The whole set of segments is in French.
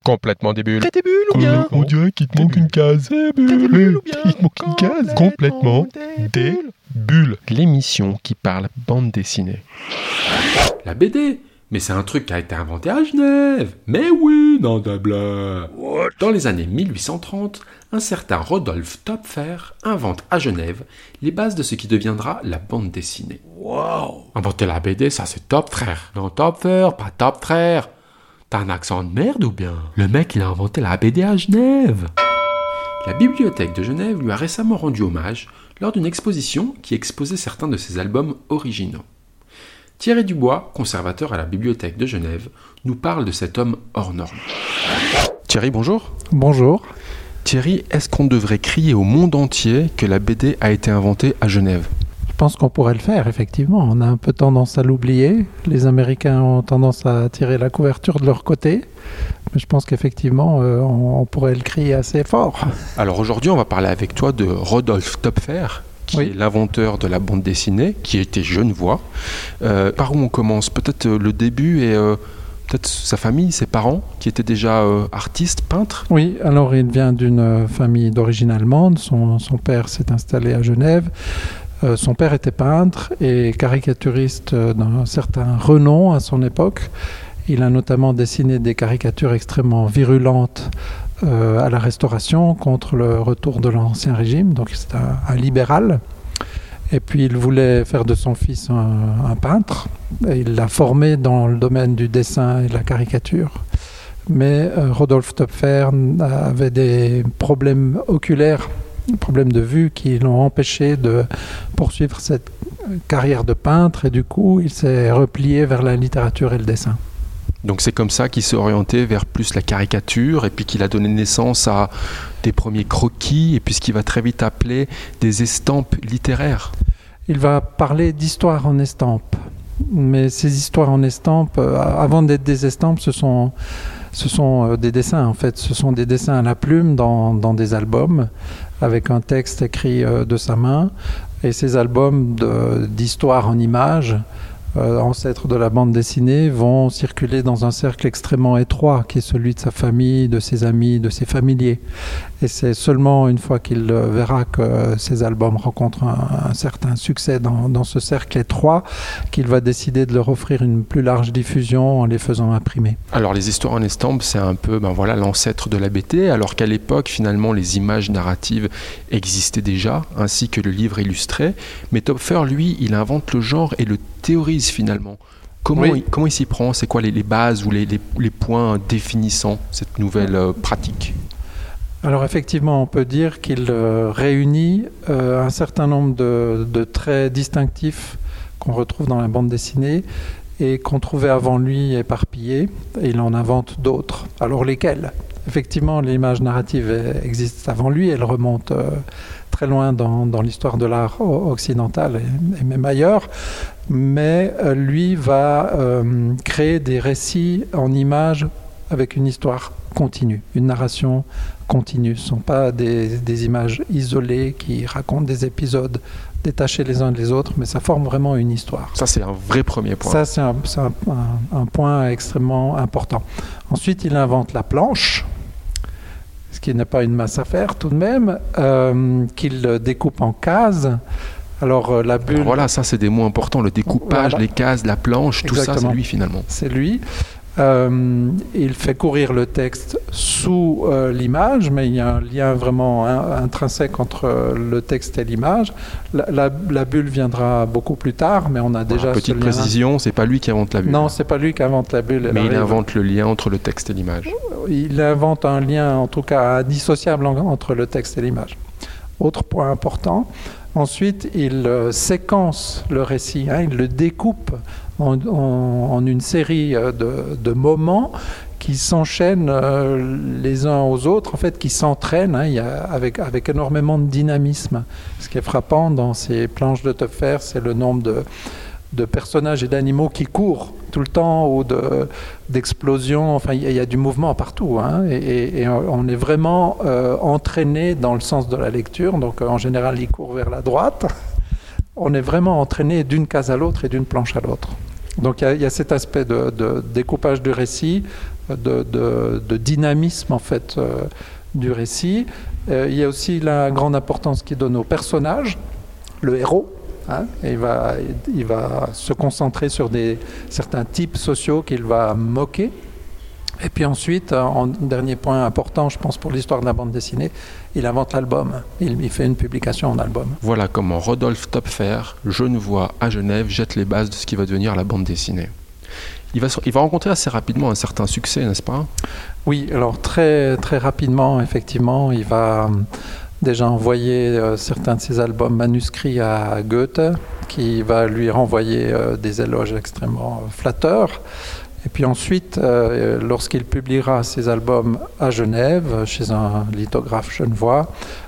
Complètement des bulles. T'as des bulles ou bien On dirait qu'il te manque une case. T'as des bulles ou bien Il te manque une case. Complètement des bulles. L'émission qui parle bande dessinée. La BD? Mais c'est un truc qui a été inventé à Genève. Mais oui, non de blague. Dans les années 1830, un certain Rodolphe Töpffer invente à Genève les bases de ce qui deviendra la bande dessinée. Wow. Inventer la BD, ça c'est top frère. Non Töpffer, pas top frère. T'as un accent de merde ou bien? Le mec il a inventé la BD à Genève. La bibliothèque de Genève lui a récemment rendu hommage lors d'une exposition qui exposait certains de ses albums originaux. Thierry Dubois, conservateur à la bibliothèque de Genève, nous parle de cet homme hors norme. Thierry, bonjour. Bonjour. Thierry, est-ce qu'on devrait crier au monde entier que la BD a été inventée à Genève? Je pense qu'on pourrait le faire, effectivement. On a un peu tendance à l'oublier. Les Américains ont tendance à tirer la couverture de leur côté. Mais je pense qu'effectivement, on pourrait le crier assez fort. Alors aujourd'hui, on va parler avec toi de Rodolphe Töpffer, qui est l'inventeur de la bande dessinée, qui était genevois. Par où on commence? Peut-être le début et peut-être sa famille, ses parents, qui étaient déjà artistes, peintres? Oui, alors il vient d'une famille d'origine allemande. Son père s'est installé à Genève. Son père était peintre et caricaturiste d'un certain renom à son époque. Il a notamment dessiné des caricatures extrêmement virulentes à la Restauration contre le retour de l'Ancien Régime. Donc c'est un libéral. Et puis il voulait faire de son fils un peintre. Et il l'a formé dans le domaine du dessin et de la caricature. Mais Rodolphe Töpffer avait des problèmes oculaires, problèmes de vue qui l'ont empêché de poursuivre cette carrière de peintre. Et du coup, il s'est replié vers la littérature et le dessin. Donc c'est comme ça qu'il s'est orienté vers plus la caricature et puis qu'il a donné naissance à des premiers croquis et puis ce qu'il va très vite appeler des estampes littéraires. Il va parler d'histoire en estampes. Mais ces histoires en estampes, avant d'être des estampes, ce sont des dessins en fait. Ce sont des dessins à la plume dans des albums avec un texte écrit de sa main. Et ces albums d'histoire en images, ancêtres de la bande dessinée, vont circuler dans un cercle extrêmement étroit qui est celui de sa famille, de ses amis, de ses familiers. Et c'est seulement une fois qu'il verra que ces albums rencontrent un certain succès dans ce cercle étroit qu'il va décider de leur offrir une plus large diffusion en les faisant imprimer. Alors les histoires en estampes, c'est un peu l'ancêtre de la BD, alors qu'à l'époque, finalement, les images narratives existaient déjà, ainsi que le livre illustré. Mais Töpffer, lui, il invente le genre et le théorise finalement. Comment il s'y prend? C'est quoi les bases ou les points définissant cette nouvelle pratique? Alors effectivement, on peut dire qu'il réunit un certain nombre de traits distinctifs qu'on retrouve dans la bande dessinée et qu'on trouvait avant lui éparpillés, et il en invente d'autres. Alors lesquels? Effectivement, l'image narrative existe avant lui, elle remonte très loin dans l'histoire de l'art occidental et même ailleurs, mais lui va créer des récits en images avec une histoire continue, une narration continue. Ce ne sont pas des images isolées qui racontent des épisodes détachés les uns des autres, mais ça forme vraiment une histoire. Ça, c'est un vrai premier point. Ça, c'est un point extrêmement important. Ensuite, il invente la planche, ce qui n'est pas une mince affaire tout de même, qu'il découpe en cases. Alors, la bulle... Alors voilà, ça, c'est des mots importants. Le découpage, les cases, la planche, tout ça, c'est lui finalement. C'est lui. Il fait courir le texte sous l'image, mais il y a un lien vraiment intrinsèque entre le texte et l'image. La bulle viendra beaucoup plus tard, mais on a déjà petite ce lien. Précision, c'est pas lui qui invente la bulle. Non, c'est pas lui qui invente la bulle. Mais il invente le lien entre le texte et l'image. Il invente un lien, en tout cas indissociable entre le texte et l'image. Autre point important. Ensuite, il séquence le récit, il le découpe en une série de moments qui s'enchaînent les uns aux autres, en fait, qui s'entraînent avec énormément de dynamisme. Ce qui est frappant dans ces planches de Töpffer, c'est le nombre de personnages et d'animaux qui courent tout le temps ou d'explosions. Enfin, il y a du mouvement partout, et on est vraiment entraîné dans le sens de la lecture. Donc, en général, il court vers la droite. On est vraiment entraîné d'une case à l'autre et d'une planche à l'autre. Donc, il y a cet aspect de découpage du récit de dynamisme en fait du récit. Il y a aussi la grande importance qu'il donne au personnage, le héros. Et il va se concentrer sur certains types sociaux qu'il va moquer. Et puis ensuite, en dernier point important, je pense, pour l'histoire de la bande dessinée, il invente l'album. Il fait une publication en album. Voilà comment Rodolphe Töpffer, genevois à Genève, jette les bases de ce qui va devenir la bande dessinée. Il va rencontrer assez rapidement un certain succès, n'est-ce pas ? Oui, alors très, très rapidement, effectivement, il va déjà envoyer certains de ses albums manuscrits à Goethe, qui va lui renvoyer des éloges extrêmement flatteurs. Et puis ensuite, lorsqu'il publiera ses albums à Genève, chez un lithographe genevois,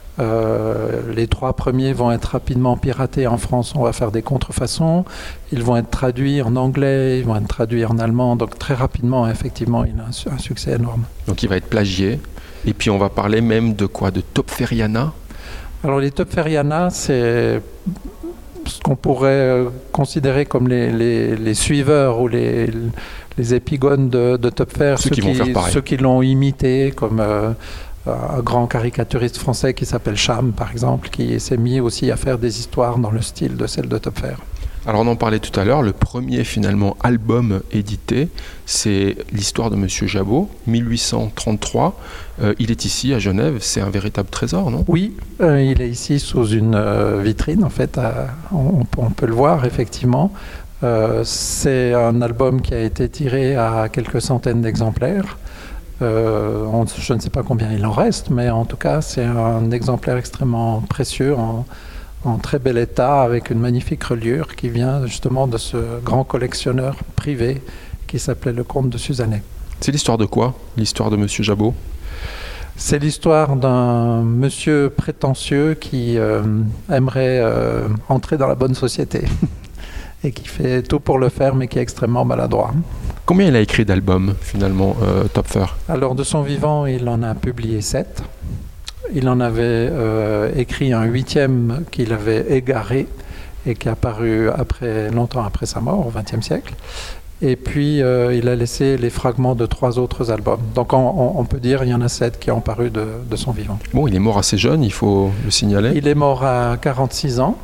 les 3 premiers vont être rapidement piratés en France. On va faire des contrefaçons. Ils vont être traduits en anglais, ils vont être traduits en allemand. Donc très rapidement, effectivement, il a un succès énorme. Donc il va être plagié. Et puis on va parler même de quoi ? De Töpferiana ? Alors les Töpferiana, c'est ce qu'on pourrait considérer comme les suiveurs ou les épigones de Töpffer, ceux qui l'ont imité, comme un grand caricaturiste français qui s'appelle Cham, par exemple, qui s'est mis aussi à faire des histoires dans le style de celle de Töpffer. Alors on en parlait tout à l'heure, le premier finalement album édité, c'est l'histoire de Monsieur Jabot, 1833. Il est ici à Genève, c'est un véritable trésor, non ? Oui, il est ici sous une vitrine, en fait, on peut le voir effectivement. C'est un album qui a été tiré à quelques centaines d'exemplaires. Je ne sais pas combien il en reste, mais en tout cas c'est un exemplaire extrêmement précieux, en très bel état, avec une magnifique reliure qui vient justement de ce grand collectionneur privé qui s'appelait le comte de Suzannet. C'est l'histoire de quoi, l'histoire de Monsieur Jabot ? C'est l'histoire d'un monsieur prétentieux qui aimerait entrer dans la bonne société et qui fait tout pour le faire, mais qui est extrêmement maladroit. Combien il a écrit d'albums, finalement, Töpffer ? Alors, de son vivant, il en a publié 7. Il en avait écrit un 8e qu'il avait égaré et qui est apparu longtemps après sa mort, au XXe siècle. Et puis, il a laissé les fragments de 3 autres albums. Donc, on peut dire qu'il y en a 7 qui ont paru de son vivant. Bon, il est mort assez jeune, il faut le signaler. Il est mort à 46 ans,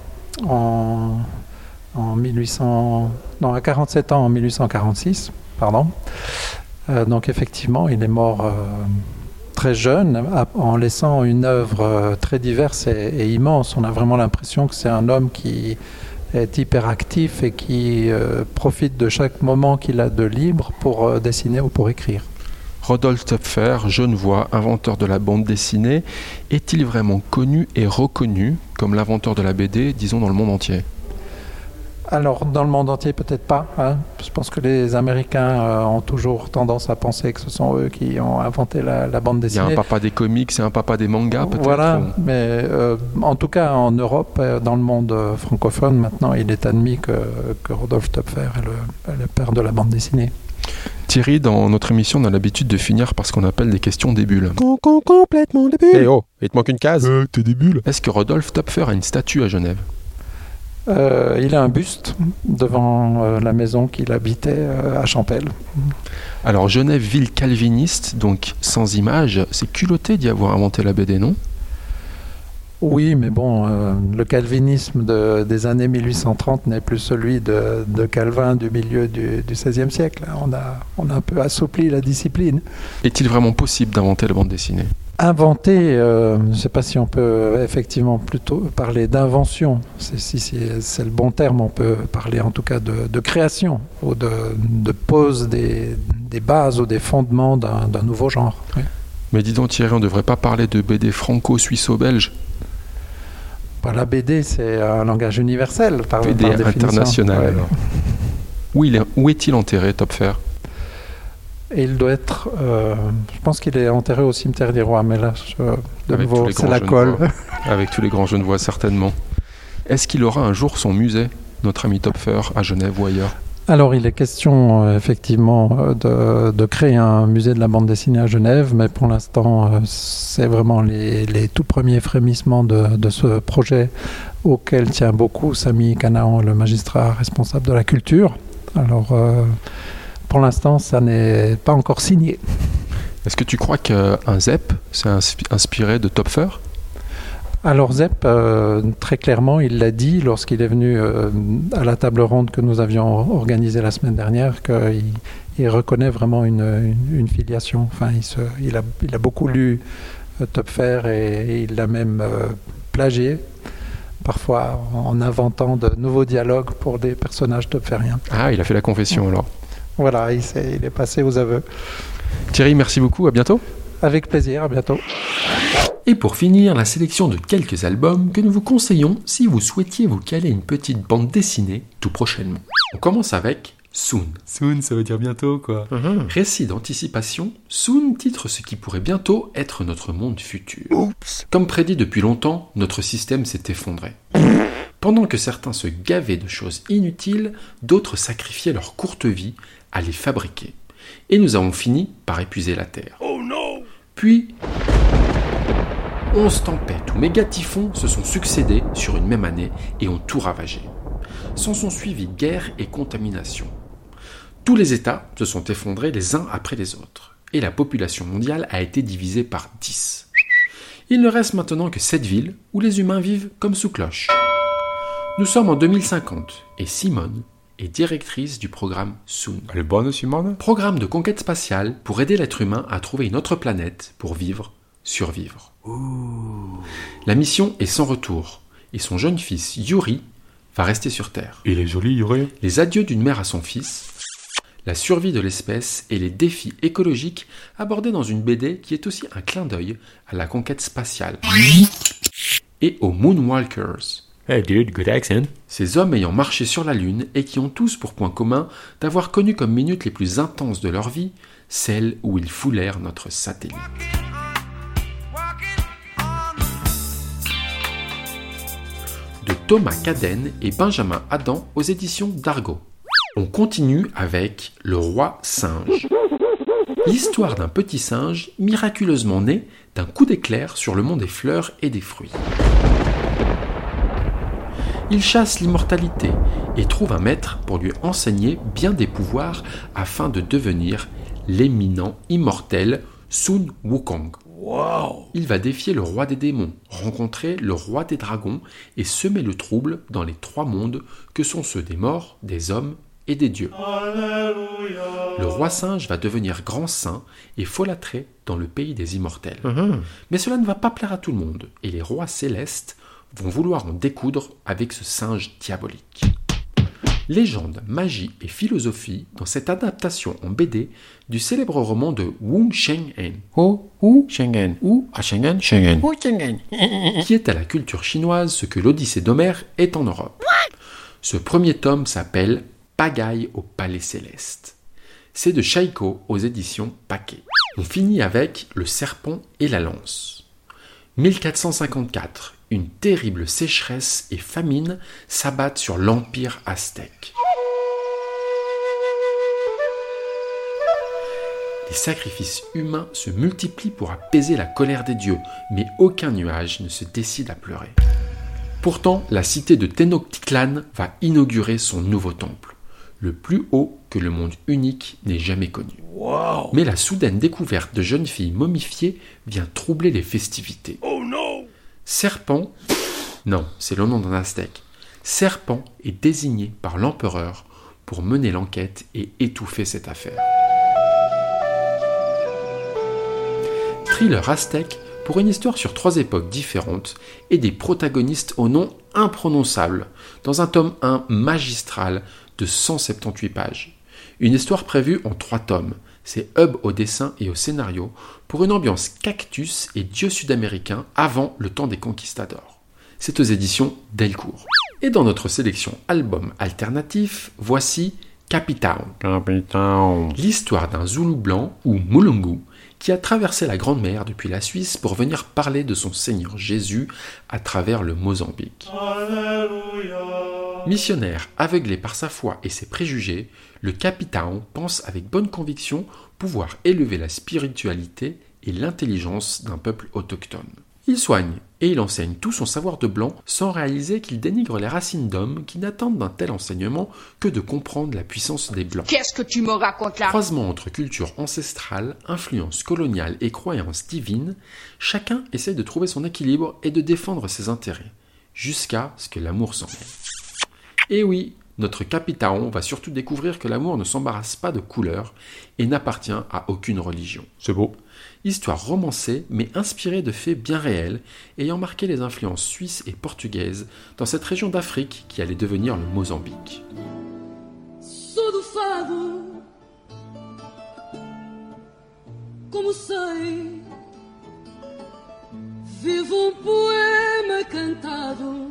à 47 ans en 1846, pardon. Donc, effectivement, il est mort très jeune, en laissant une œuvre très diverse et immense. On a vraiment l'impression que c'est un homme qui est hyperactif et qui profite de chaque moment qu'il a de libre pour dessiner ou pour écrire. Rodolphe Töpffer, genevois, inventeur de la bande dessinée, est-il vraiment connu et reconnu comme l'inventeur de la BD, disons, dans le monde entier ? Alors, dans le monde entier, peut-être pas. Je pense que les Américains ont toujours tendance à penser que ce sont eux qui ont inventé la bande dessinée. Il y a un papa des comics et un papa des mangas, peut-être. Voilà, mais en tout cas, en Europe, dans le monde francophone, maintenant, il est admis que Rodolphe Töpffer est le père de la bande dessinée. Thierry, dans notre émission, on a l'habitude de finir par ce qu'on appelle des questions des bulles. Complètement des bulles. Eh oh, il te manque une case. T'es des bulles. Est-ce que Rodolphe Töpffer a une statue à Genève ? Il a un buste devant la maison qu'il habitait à Champel. Alors Genève, ville calviniste, donc sans image, c'est culotté d'y avoir inventé la BD, non ? Oui, mais bon, le calvinisme des années 1830 n'est plus celui de Calvin du milieu du XVIe siècle. On a un peu assoupli la discipline. Est-il vraiment possible d'inventer la bande dessinée ? Inventer, je ne sais pas si on peut effectivement plutôt parler d'invention. Si c'est le bon terme, on peut parler en tout cas de création ou de pose des bases ou des fondements d'un nouveau genre. Oui. Mais dis donc Thierry, on ne devrait pas parler de BD franco-suisse-belge ? La BD, c'est un langage universel par définition. International. Ouais. Alors. Où est-il enterré, Töpffer ? Et il doit être, je pense qu'il est enterré au cimetière des Rois, mais là, de nouveau, c'est la colle. Avec tous les grands Genevois, certainement. Est-ce qu'il aura un jour son musée, notre ami Töpffer, à Genève ou ailleurs ? Alors, il est question, effectivement, de créer un musée de la bande dessinée à Genève, mais pour l'instant, c'est vraiment les tout premiers frémissements de ce projet auquel tient beaucoup Samy Canaan, le magistrat responsable de la culture. Alors, pour l'instant, ça n'est pas encore signé. Est-ce que tu crois qu'un ZEP s'est inspiré de Topfer? Alors Zepp, très clairement, il l'a dit lorsqu'il est venu à la table ronde que nous avions organisée la semaine dernière, qu'il reconnaît vraiment une filiation. Enfin, il a beaucoup lu Topfer et il l'a même plagié, parfois en inventant de nouveaux dialogues pour des personnages topferiens. Ah, il a fait la confession alors. Voilà, il est passé aux aveux. Thierry, merci beaucoup, à bientôt. Avec plaisir, à bientôt. Et pour finir, la sélection de quelques albums que nous vous conseillons si vous souhaitiez vous caler une petite bande dessinée tout prochainement. On commence avec Soon. Soon, ça veut dire bientôt, quoi. Récit d'anticipation, Soon titre ce qui pourrait bientôt être notre monde futur. Oups. Comme prédit depuis longtemps, notre système s'est effondré. Pendant que certains se gavaient de choses inutiles, d'autres sacrifiaient leur courte vie à les fabriquer. Et nous avons fini par épuiser la Terre. Oh non! Puis, 11 tempêtes ou méga-typhons se sont succédés sur une même année et ont tout ravagé. S'en sont suivis guerre et contamination. Tous les États se sont effondrés les uns après les autres, et la population mondiale a été divisée par 10. Il ne reste maintenant que 7 villes où les humains vivent comme sous cloche. Nous sommes en 2050, et Simone est directrice du programme Soon. Elle est bonne, Simone? Programme de conquête spatiale pour aider l'être humain à trouver une autre planète pour vivre, survivre. La mission est sans retour, et son jeune fils, Yuri, va rester sur Terre. Il est joli, Yuri. Les adieux d'une mère à son fils, la survie de l'espèce et les défis écologiques abordés dans une BD qui est aussi un clin d'œil à la conquête spatiale et aux Moonwalkers. Hey dude, good accent. Ces hommes ayant marché sur la Lune et qui ont tous pour point commun d'avoir connu comme minutes les plus intenses de leur vie celles où ils foulèrent notre satellite. De Thomas Cadden et Benjamin Adam aux éditions d'Argo. On continue avec Le Roi Singe. L'histoire d'un petit singe miraculeusement né d'un coup d'éclair sur le monde des fleurs et des fruits. Il chasse l'immortalité et trouve un maître pour lui enseigner bien des pouvoirs afin de devenir l'éminent immortel Sun Wukong. Wow. Il va défier le roi des démons, rencontrer le roi des dragons et semer le trouble dans les 3 mondes que sont ceux des morts, des hommes et des dieux. Alléluia. Le roi singe va devenir grand saint et folâtrer dans le pays des immortels. Mais cela ne va pas plaire à tout le monde et les rois célestes vont vouloir en découdre avec ce singe diabolique. Légende, magie et philosophie dans cette adaptation en BD du célèbre roman de Wu Shenghen. Shenghen. Shenghen. Qui est à la culture chinoise ce que l'Odyssée d'Homère est en Europe. Ce premier tome s'appelle Pagaille au Palais Céleste. C'est de Shaiko aux éditions Paquet. On finit avec Le Serpent et la Lance. 1454. Une terrible sécheresse et famine s'abattent sur l'empire aztèque. Les sacrifices humains se multiplient pour apaiser la colère des dieux, mais aucun nuage ne se décide à pleurer. Pourtant, la cité de Tenochtitlan va inaugurer son nouveau temple, le plus haut que le monde unique n'ait jamais connu. Wow. Mais la soudaine découverte de jeunes filles momifiées vient troubler les festivités. Oh non! Serpent, non, c'est le nom d'un aztèque. Serpent est désigné par l'empereur pour mener l'enquête et étouffer cette affaire. Thriller aztèque pour une histoire sur 3 époques différentes et des protagonistes au nom imprononçable, dans un tome 1 magistral de 178 pages. Une histoire prévue en 3 tomes. C'est Hub au dessin et au scénario pour une ambiance cactus et dieu sud-américain avant le temps des conquistadors. C'est aux éditions Delcourt. Et dans notre sélection album alternatif, voici Capitown. L'histoire d'un Zoulou blanc, ou Mulungu, qui a traversé la Grande Mer depuis la Suisse pour venir parler de son Seigneur Jésus à travers le Mozambique. Alléluia. Missionnaire aveuglé par sa foi et ses préjugés, le Capitown pense avec bonne conviction pouvoir élever la spiritualité et l'intelligence d'un peuple autochtone. Il soigne Et il enseigne tout son savoir de blanc sans réaliser qu'il dénigre les racines d'hommes qui n'attendent d'un tel enseignement que de comprendre la puissance des blancs. Qu'est-ce que tu me racontes là? Croisement entre culture ancestrale, influence coloniale et croyances divines, chacun essaie de trouver son équilibre et de défendre ses intérêts, jusqu'à ce que l'amour s'en mêle. Et oui, notre Capitaon va surtout découvrir que l'amour ne s'embarrasse pas de couleur et n'appartient à aucune religion. C'est beau. Histoire romancée, mais inspirée de faits bien réels, ayant marqué les influences suisses et portugaises dans cette région d'Afrique qui allait devenir le Mozambique. Sou do fado, como sei, vivo poema cantado,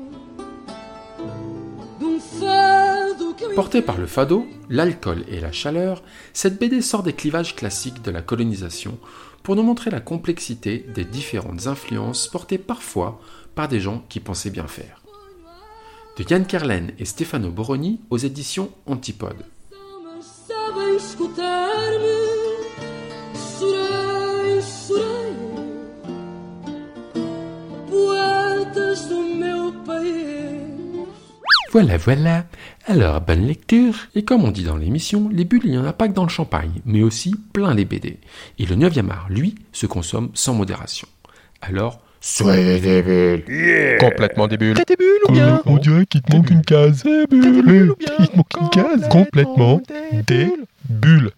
fado que me... Portée par le fado, l'alcool et la chaleur, cette BD sort des clivages classiques de la colonisation pour nous montrer la complexité des différentes influences portées parfois par des gens qui pensaient bien faire. De Yann Kerlen et Stefano Borroni aux éditions Antipode. Sabem escutar-me, sorei, sorei, poetas do meu país. Voilà. Alors, bonne lecture. Et comme on dit dans l'émission, les bulles, il n'y en a pas que dans le champagne, mais aussi plein les BD. Et le 9e art, lui, se consomme sans modération. Alors, soyez des bulles. Complètement des bulles. T'as des bulles ou bien? On dirait qu'il te manque une case. T'as des bulles ou bien? Il te manque une case. Complètement des bulles.